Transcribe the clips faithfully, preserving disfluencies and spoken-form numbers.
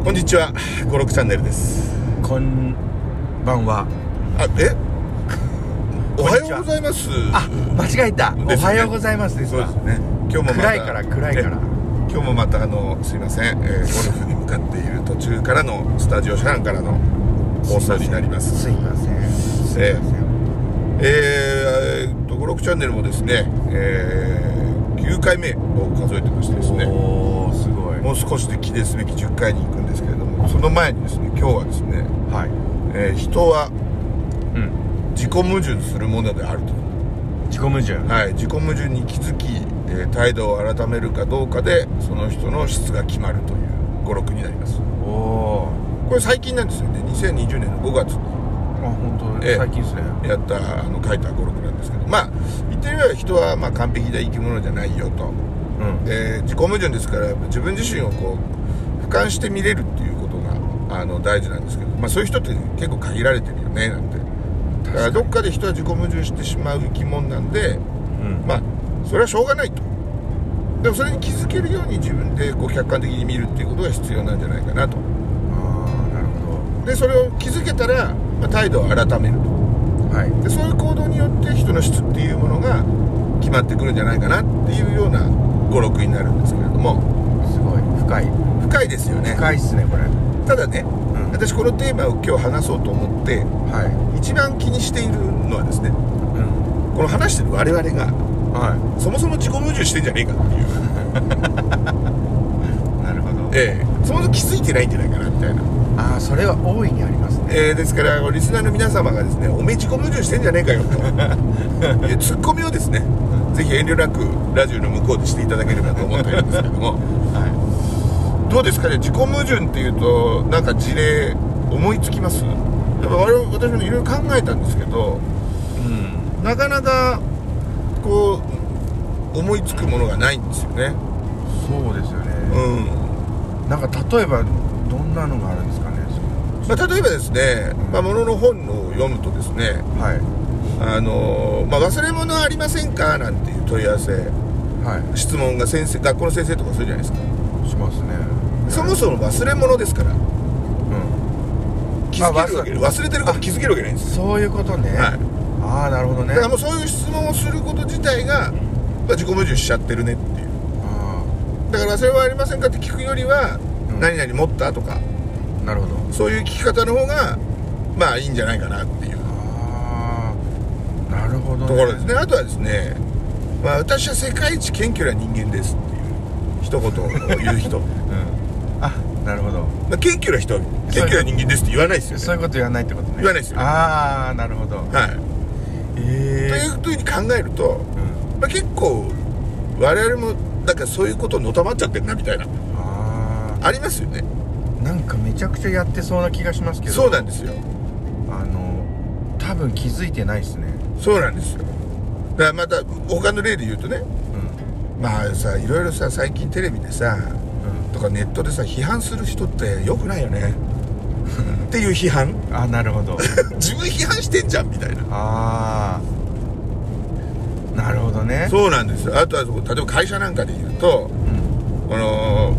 こんにちは、ごろくチャンネルです。 こんばんは。 あ、えおはようございます。 あ、間違えた、ね、おはようございますですか。 そうですね。今日もまた暗いから暗いから今日もまたあのすいません、えー、ゴルフに向かっている途中からのスタジオ車内からの放送になります。 すいませんすいません。 えー、えー、とごろくチャンネルもですね、えー、きゅうかいめを数えてましてですね、 おーすごい。 もう少しで記念すべきじゅっかいに行くんですけれども、その前にですね、今日はですね、 はい、 えー、人はうん自己矛盾するものであると。 自己矛盾、 はい、自己矛盾に気づき、えー、態度を改めるかどうかでその人の質が決まるという語録になります。 おお、 これ最近なんですよね。にせんにじゅうねんのごがつにあ、本当、 えー、 最近ですね。 やったあの書いた語録なんですけど、まあ言ってみれば人はまあ完璧な生き物じゃないよと、うんえー、自己矛盾ですから自分自身をこう俯瞰して見れるっていうことがあの大事なんですけど、まあ、そういう人って結構限られてるよねなんて。だからどっかで人は自己矛盾してしまう生き物なんで、うん、まあそれはしょうがないと。でもそれに気づけるように自分でこう客観的に見るっていうことが必要なんじゃないかなと。 ああ、なるほど。 でそれを気づけたら、まあ、態度を改めると、はい、でそういう行動によって人の質っていうものが決まってくるんじゃないかなっていうような語録になるんですけれども、 すごい深い深いですよね。 深いっすねこれ。ただね、うん、私このテーマを今日話そうと思って、はい、一番気にしているのはですね、うん、この話してる我々が、はい、そもそも自己矛盾してんじゃねえかっていうなるほど、 ええ、そもそも気づいてないんじゃないかなみたいな。 ああ、それは大いにありますね。 えー、ですからリスナーの皆様がですね、おめえ自己矛盾してんじゃねえかよというツッコミをですね、ぜひ遠慮なくラジオの向こうでしていただければと思っているんですけども、はい、どうですかね。自己矛盾っていうとなんか事例思いつきます？やっぱ我々私もいろいろ考えたんですけど、うん、なかなかこう思いつくものがないんですよね。 そうですよね。うん。なんか例えばどんなのがあるんですかね。 まあ、例えばですね、まあ、ものの本を読むとですね、はい、あのまあ、忘れ物はありませんかなんていう問い合わせ、はい、質問が先生、学校の先生とかするじゃないですか。 しますね。 そもそも忘れ物ですから、うん、気づけるわけ、忘れてること気づけるわけないんですよ。 そういうことね、はい、ああ、なるほどね。 だからもうそういう質問をすること自体が、まあ、自己矛盾しちゃってるねっていう。あ、だから忘れ物はありませんかって聞くよりは、うん、何々持ったとか、なるほど、そういう聞き方の方がまあいいんじゃないかなっていう、 ああ、なるほど、ね、 ところですね。あとはですね、まあ、私は世界一謙虚な人間ですっていう一言を言う人、うん、 あ、なるほど、 まあ、謙虚な人は謙虚な人間ですって言わないですよね。 そういうこと言わないってことね。 言わないですよね。あああ、なるほど、はい、 えー、というふうに考えると、うん、まあ、結構我々もなんかそういうことのたまっちゃってるなみたいな、あありますよね。 なんかめちゃくちゃやってそうな気がしますけど。 そうなんですよ。 あの多分気づいてないですね。 そうなんですよ。だからまた他の例で言うとね、うん、まあさ、いろいろさ、最近テレビでさ、うん、とかネットでさ、批判する人って良くないよねっていう批判。 あ、なるほど自分批判してんじゃんみたいな。ああ、なるほどね。 そうなんですよ。あとは例えば会社なんかで言うと、うん、この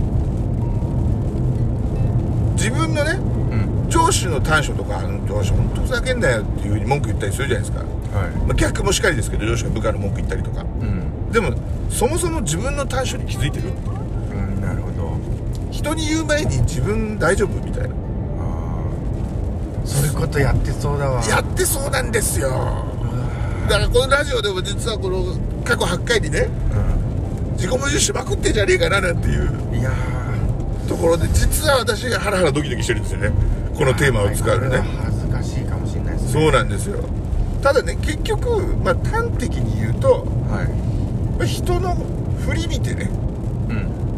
自分のね、うん、上司の短所とか、あの上司本当ふざけんなよっていう風に文句言ったりするじゃないですか、はい、まあ、逆もしかりですけど、上司が部下の文句言ったりとか、うん、でもそもそも自分の短所に気づいてるっていう、うん、なるほど。人に言う前に自分大丈夫みたいな、あ、 そういうことやってそうだわ。 やってそうなんですよ。だからこのラジオでも実はこの過去はちかいにね、うん、自己矛盾しまくってんじゃねえかななんていう、いやところで、実は私がハラハラドキドキしてるんですよね、このテーマを使うのね。 恥ずかしいかもしれないですね。 そうなんですよ。ただね、結局、まあ、端的に言うと、はい、まあ、人の振り見てね、うん、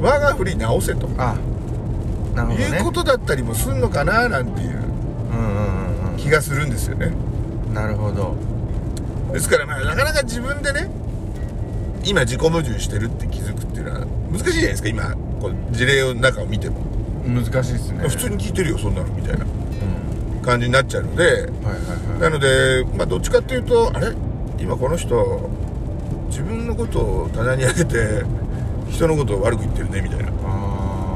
我が振り直せと、あ、なるほどね、いうことだったりもすんのかななんていう気がするんですよね。 なるほど。 ですから、まあ、なかなか自分でね、今自己矛盾してるって気づくっていうのは難しいじゃないですか。今こう事例の中を見ても難しいですね。 普通に聞いてるよそんなのみたいな感じになっちゃうので、はいはいはい、なので、まあ、どっちかっていうと、あれ今この人自分のことを棚に上げて人のことを悪く言ってるねみたいな、あ、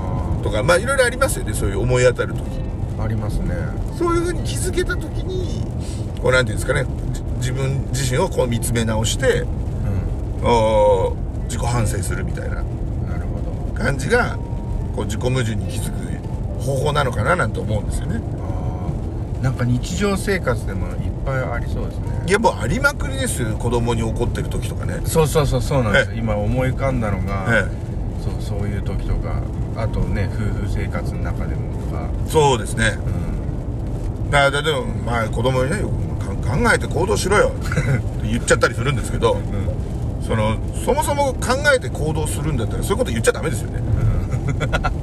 とか、まあいろいろありますよね、そういう思い当たる時。 ありますね。 そういうふうに気づけた時にこうなんていうんですかね、自分自身をこう見つめ直して、うん、お自己反省するみたいな感じがこう自己矛盾に気づく方法なのかななんて思うんですよね。 あ、なんか日常生活でもいっぱいありそうですね。 いやもうありまくりですよ、子供に怒ってる時とかね。 そうそうそうそうなんです。今思い浮かんだのが、 ええ、 そうそういう時とか、あとね夫婦生活の中でもとか。 そうですね、うん、だからでもまあ子供にね、考えて行動しろよって言っちゃったりするんですけど、うん、そのそもそも考えて行動するんだったらそういうこと言っちゃダメですよね、うん、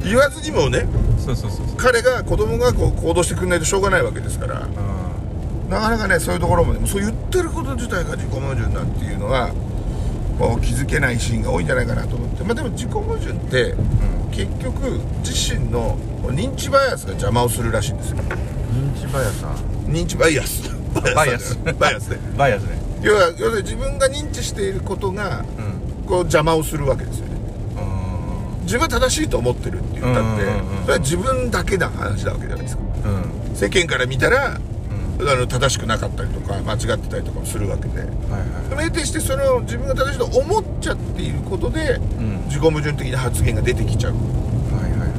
言わずにもね、そうそうそうそう、彼が子供がこう行動してくれないとしょうがないわけですから、なかなかねそういうところも、ね、そう言ってること自体が自己矛盾だっていうのはこう気づけないシーンが多いんじゃないかなと思って、まあ、でも自己矛盾って、うん、結局自身の認知バイアスが邪魔をするらしいんですよ。 認知バイアス認知バイアスバイアスバイアスねバイアスね要は要するに自分が認知していることが、うん、こう邪魔をするわけですよね。自分は正しいと思ってるって言ったって、それは自分だけな話なわけじゃないですか、うん、世間から見たら、うん、あの正しくなかったりとか間違ってたりとかもするわけで、はいはい、それに対してその自分が正しいと思っちゃっていることで、うん、自己矛盾的な発言が出てきちゃう、はいはいはい、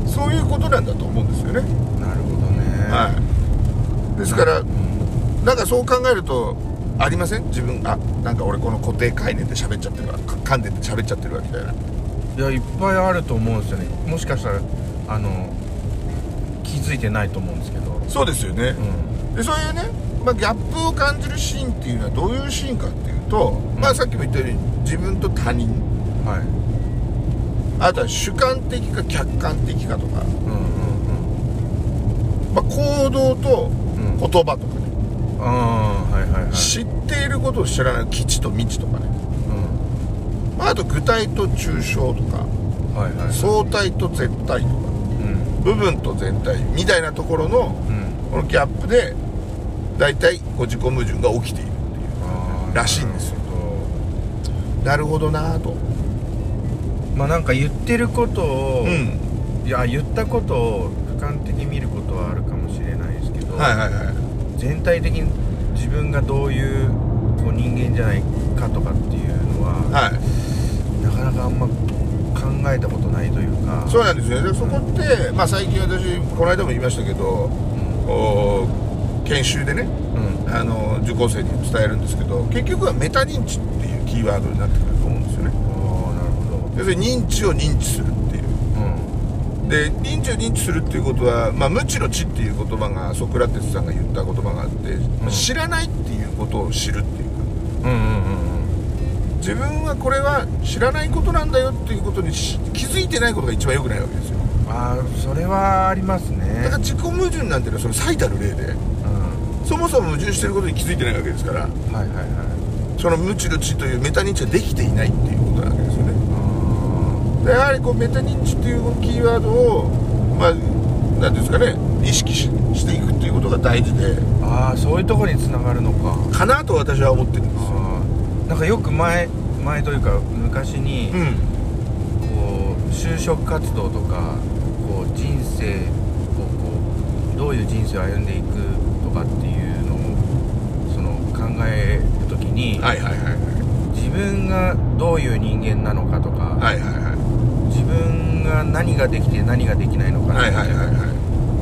そういうことなんだと思うんですよね。 なるほどね、 はい、ですから、うん、なんかそう考えるとありません？自分あなんか俺この固定概念で喋っちゃってるわ、観点で喋っちゃってるわみたいな。 いやいっぱいあると思うんですよね。もしかしたらあの気づいてないと思うんですけど。 そうですよね、うん、でそういうね、まあ、ギャップを感じるシーンっていうのはどういうシーンかっていうと、うん、まあさっきも言ったように自分と他人、はい、あとは主観的か客観的かとか、うんうんうん、まあ、行動と言葉とかね、うん、あ、はいはいはい、知っていることを知らない基地と未知とかね、あと具体と抽象とか、はいはいはい、相対と絶対とか、うん、部分と全体みたいなところの、うん、このギャップで大体こう自己矛盾が起きているっていうらしいんですよ。なるほどなぁと。 まあなんか言ってることを、うん、いや言ったことを俯瞰的に見ることはあるかもしれないですけど、はいはいはい、全体的に自分がどういう、こう人間じゃないかとかっていうのは、はい、なかなかあんま考えたことないというか。 そうなんですよね。でそこって、まあ、最近私この間も言いましたけど、うん、研修でね、うん、あの受講生に伝えるんですけど、結局はメタ認知っていうキーワードになってくると思うんですよね。ああ、なるほど。要するに認知を認知するっていう、うん、で認知を認知するっていうことは、まあ、無知の知っていう言葉がソクラテスさんが言った言葉があって、うん、知らないっていうことを知るっていうか、うんうんうん、自分はこれは知らないことなんだよっていうことに気づいてないことが一番良くないわけですよ。 ああ、それはありますね。 だから自己矛盾なんていうのはその最たる例で、うん、そもそも矛盾してることに気づいてないわけですから、はいはいはい、その無知の知というメタ認知ができていないっていうことなわけですよね。でやはりこうメタ認知っていうキーワードを、まあ何ですかね、意識 し, していくっていうことが大事で、 ああ、そういうところにつながるのかかなと私は思ってるんですよ。 なんかよく前前というか昔に、うん、こう就職活動とかこう人生をこうどういう人生を歩んでいくとかっていうのをその考えるときに、はいはいはいはい、自分がどういう人間なのかとか、はいはいはい、自分が何ができて何ができないのかな、はいはいはいはい、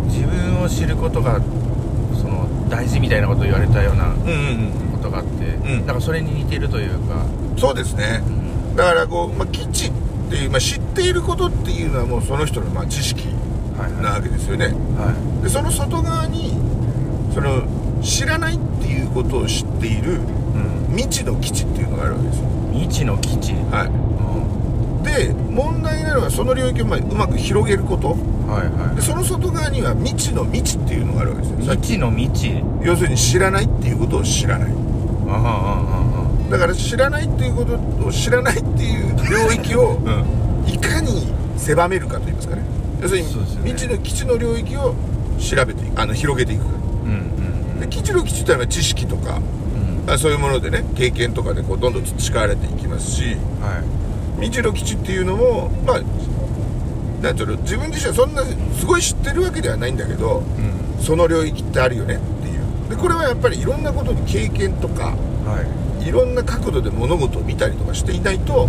自分を知ることがその大事みたいなことを言われたような、うんうんうん、ことがあって、うん、だからそれに似てるというか。 そうですね、うん、だからこう、まあ、基地っていう、まあ、知っていることっていうのはもうその人のまあ知識なわけですよね、はいはい、でその外側にその知らないっていうことを知っている、うん、未知の基地っていうのがあるわけですよ。 未知の基地、はい、 うん、で問題なのはその領域をまあうまく広げること、はいはい、でその外側には未知の未知っていうのがあるわけですよ。 未知の未知、 要するに知らないっていうことを知らない。あはあはあ、だから知らないっていうことを知らないっていう領域をいかに狭めるかといいますかね、要するに未知の基地の領域を調べていく、あの広げていくか、うんうんうん、で基地の基地っていうのは知識とか、うん、そういうものでね、経験とかでこうどんどん培われていきますし、はい、未知の基地っていうのも、まあ、 なんていうの、自分自身はそんなすごい知ってるわけではないんだけど、うん、その領域ってあるよねっていう。でこれはやっぱりいろんなことに経験とか、はい、いろんな角度で物事を見たりとかしていないと、うん、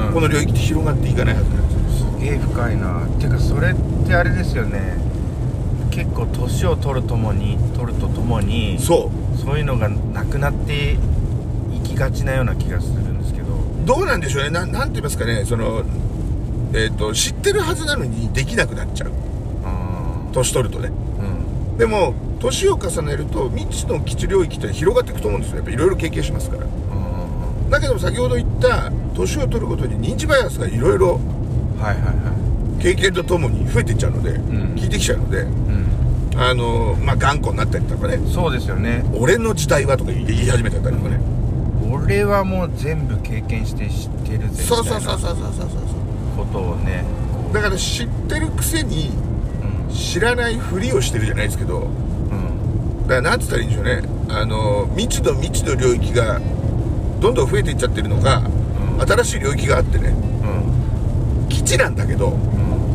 この領域って広がっていかないはずなんですよ。 すげえ深いな。てかそれってあれですよね、結構年を取るともに取るとともにそうそういうのがなくなっていきがちなような気がするんですけど、 どうなんでしょうね。 な, なんて言いますかね、その、えー、と知ってるはずなのにできなくなっちゃう、年取るとね、うん、でも年を重ねると未知の基地領域って広がっていくと思うんですよ。やっぱいろいろ経験しますから。だけども先ほど言った年を取るごとに認知バイアスがいろいろ経験とともに増えていっちゃうので、うん、効いてきちゃうので、うん、あのまあ頑固になったりとかね。 そうですよね。 俺の時代はとか言い始めちゃったりとかね、 うん、俺はもう全部経験して知ってるぜみたいなそうそうそうそうそうそうことをね。 だから知ってるくせに知らないふりをしてるじゃないですけど、うん、だからなんつったらいいんでしょうね、あの未知の未知の領域がどんどん増えていっちゃってるのが、うん、新しい領域があってね、うん、基地なんだけど、うん、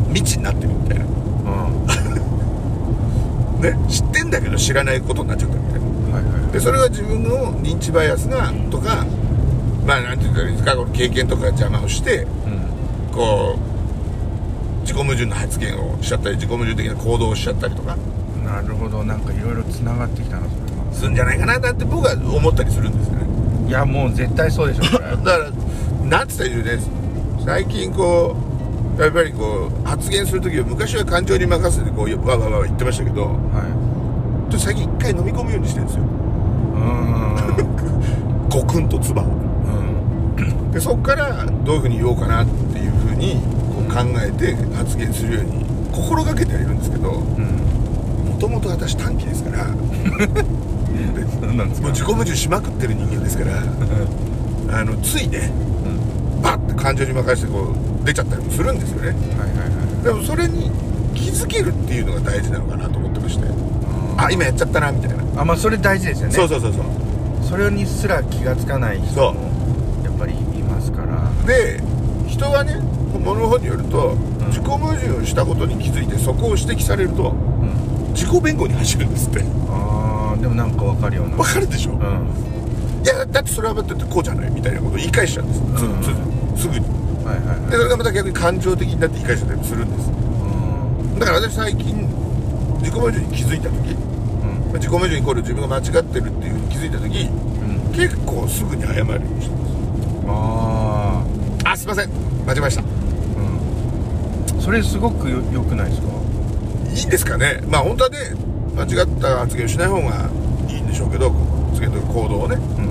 未知になってるみたいな、うんね、知ってんだけど知らないことになっちゃったみたいな、はいはい、でそれは自分の認知バイアスがとか、まあなんて言ったらいいですか、この経験とか邪魔をして、うん、こう自己矛盾の発言をしちゃったり自己矛盾的な行動をしちゃったりとか。 なるほど、なんかいろいろつながってきたな、それはするんじゃないかなだって僕は思ったりするんですよね。 いやもう絶対そうでしょこれだからなんつったらいいですね、最近こうやっぱりこう発言するときは昔は感情に任せてこうわわわわ言ってましたけど、はい、最近一回飲み込むようにしてるんですよ。うんゴクンと唾を、うん、でそこからどういうふうに言おうかなっていうふうに考えて発言するように心がけてはいるんですけど、もともと私短気ですからもう自己矛盾しまくってる人間ですからあのついね、うん、バッて感情に任せてこう出ちゃったりもするんですよね、はいはいはい、でもそれに気づけるっていうのが大事なのかなと思ってまして、あ今やっちゃったなみたいな。 あまあそれ大事ですよね。 そうそうそうそう、 それにすら気がつかない人もやっぱりいますから。 で人はね、物の方によると、うん、自己矛盾をしたことに気づいてそこを指摘されると、うん、自己弁護に走るんですって。 ああでもなんか分かるような。 分かるでしょ、うん、いやだってそれはだってこうじゃないみたいなことを言い返しちゃうんです、うんうん、す, すぐに、はいはいはい、でそれがまた逆に感情的になって言い返しちゃったりもするんです、うん、だから私最近自己矛盾に気づいた時、うん、自己矛盾イコール自分が間違ってるっていうふうに気づいた時、うん、結構すぐに謝るようにしてます。ああすいません間違えました、 うん、それすごく よ, よくないですか。 いいんですかね。まあ本当はね間違った発言をしない方がいいんでしょうけど、発言という行動をね、うん、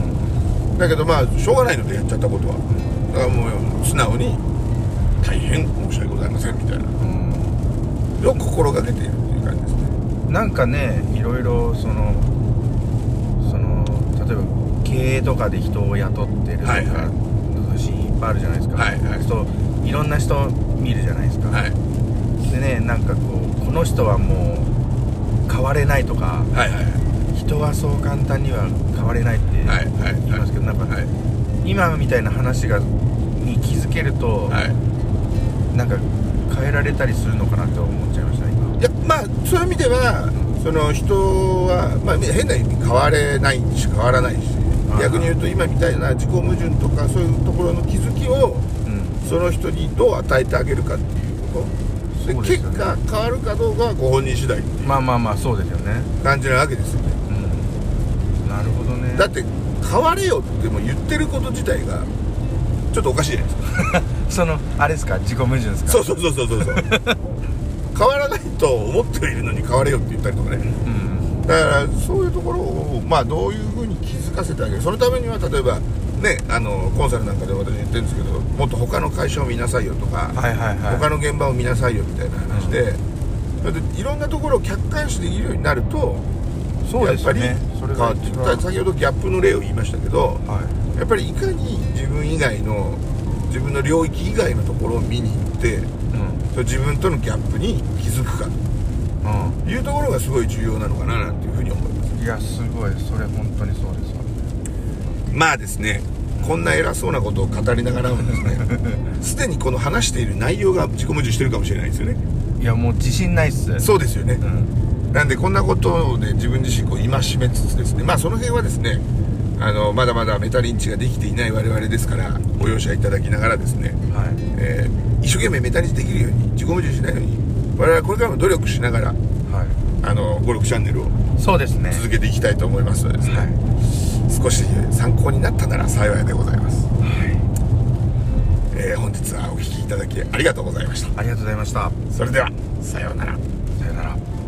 だけどまあしょうがないのでやっちゃったことは、うん、だからもう素直に大変申し訳ございませんみたいな、うん、を心がけているっていう感じですね。 なんかねいろいろそのその例えば経営とかで人を雇ってるとか、はいはい、シーンいっぱいあるじゃないですか、はいはい、そういろんな人見るじゃないですか、はい、でねなんかこうこの人はもう変われないとか、はいはい、人はそう簡単には変われないって言いますけど、はいはい、なんか、はい、今みたいな話がに気づけると、はい、なんか変えられたりするのかなって思っちゃいました今。 いやまあそういう意味ではその人は、まあ、変な意味変われないし変わらないし、逆に言うと今みたいな自己矛盾とかそういうところの気づきを、うん、その人にどう与えてあげるかっていうことで、結果変わるかどうかはご本人次第っていうまあまあまあそうですよね感じなわけですよね、 うん、なるほどね。 だって変われよっても言ってること自体がちょっとおかしいじゃないですかそのあれですか自己矛盾ですか。 そうそうそうそうそう変わらないと思っているのに変われよって言ったりとかね、うん、だからそういうところをまあどういうふうに気づかせてあげる。そのためには例えばねあのコンサルなんかで私言ってるんですけど、もっと他の会社を見なさいよとか、はいはいはい、他の現場を見なさいよみたいな話で、うん、いろんなところを客観視できるようになるとそうですよね、やっぱり変わっていった。先ほどギャップの例を言いましたけど、はい、やっぱりいかに自分以外の自分の領域以外のところを見に行って、うん、自分とのギャップに気づくかというところがすごい重要なのかななんていうふうに思います。 いやすごいそれ本当にそうですわ。 まあですね、 こんな偉そうなことを語りながらもですねすでにこの話している内容が自己矛盾してるかもしれないですよね。 いやもう自信ないっす。 そうですよね、 うん、 なんでこんなことで自分自身こう戒めつつですね、まあその辺はですねあのまだまだメタ認知ができていない我々ですからご容赦いただきながらですね、はい、えー、一生懸命メタ認知できるように自己矛盾しないように我々はこれからも努力しながら、はい、あのごろくチャンネルをそうですね続けていきたいと思いますのでですね、はい、少し参考になったなら幸いでございます、はい、えー、本日はお聞きいただきありがとうございました。 ありがとうございました。 それではさようなら。 さようなら。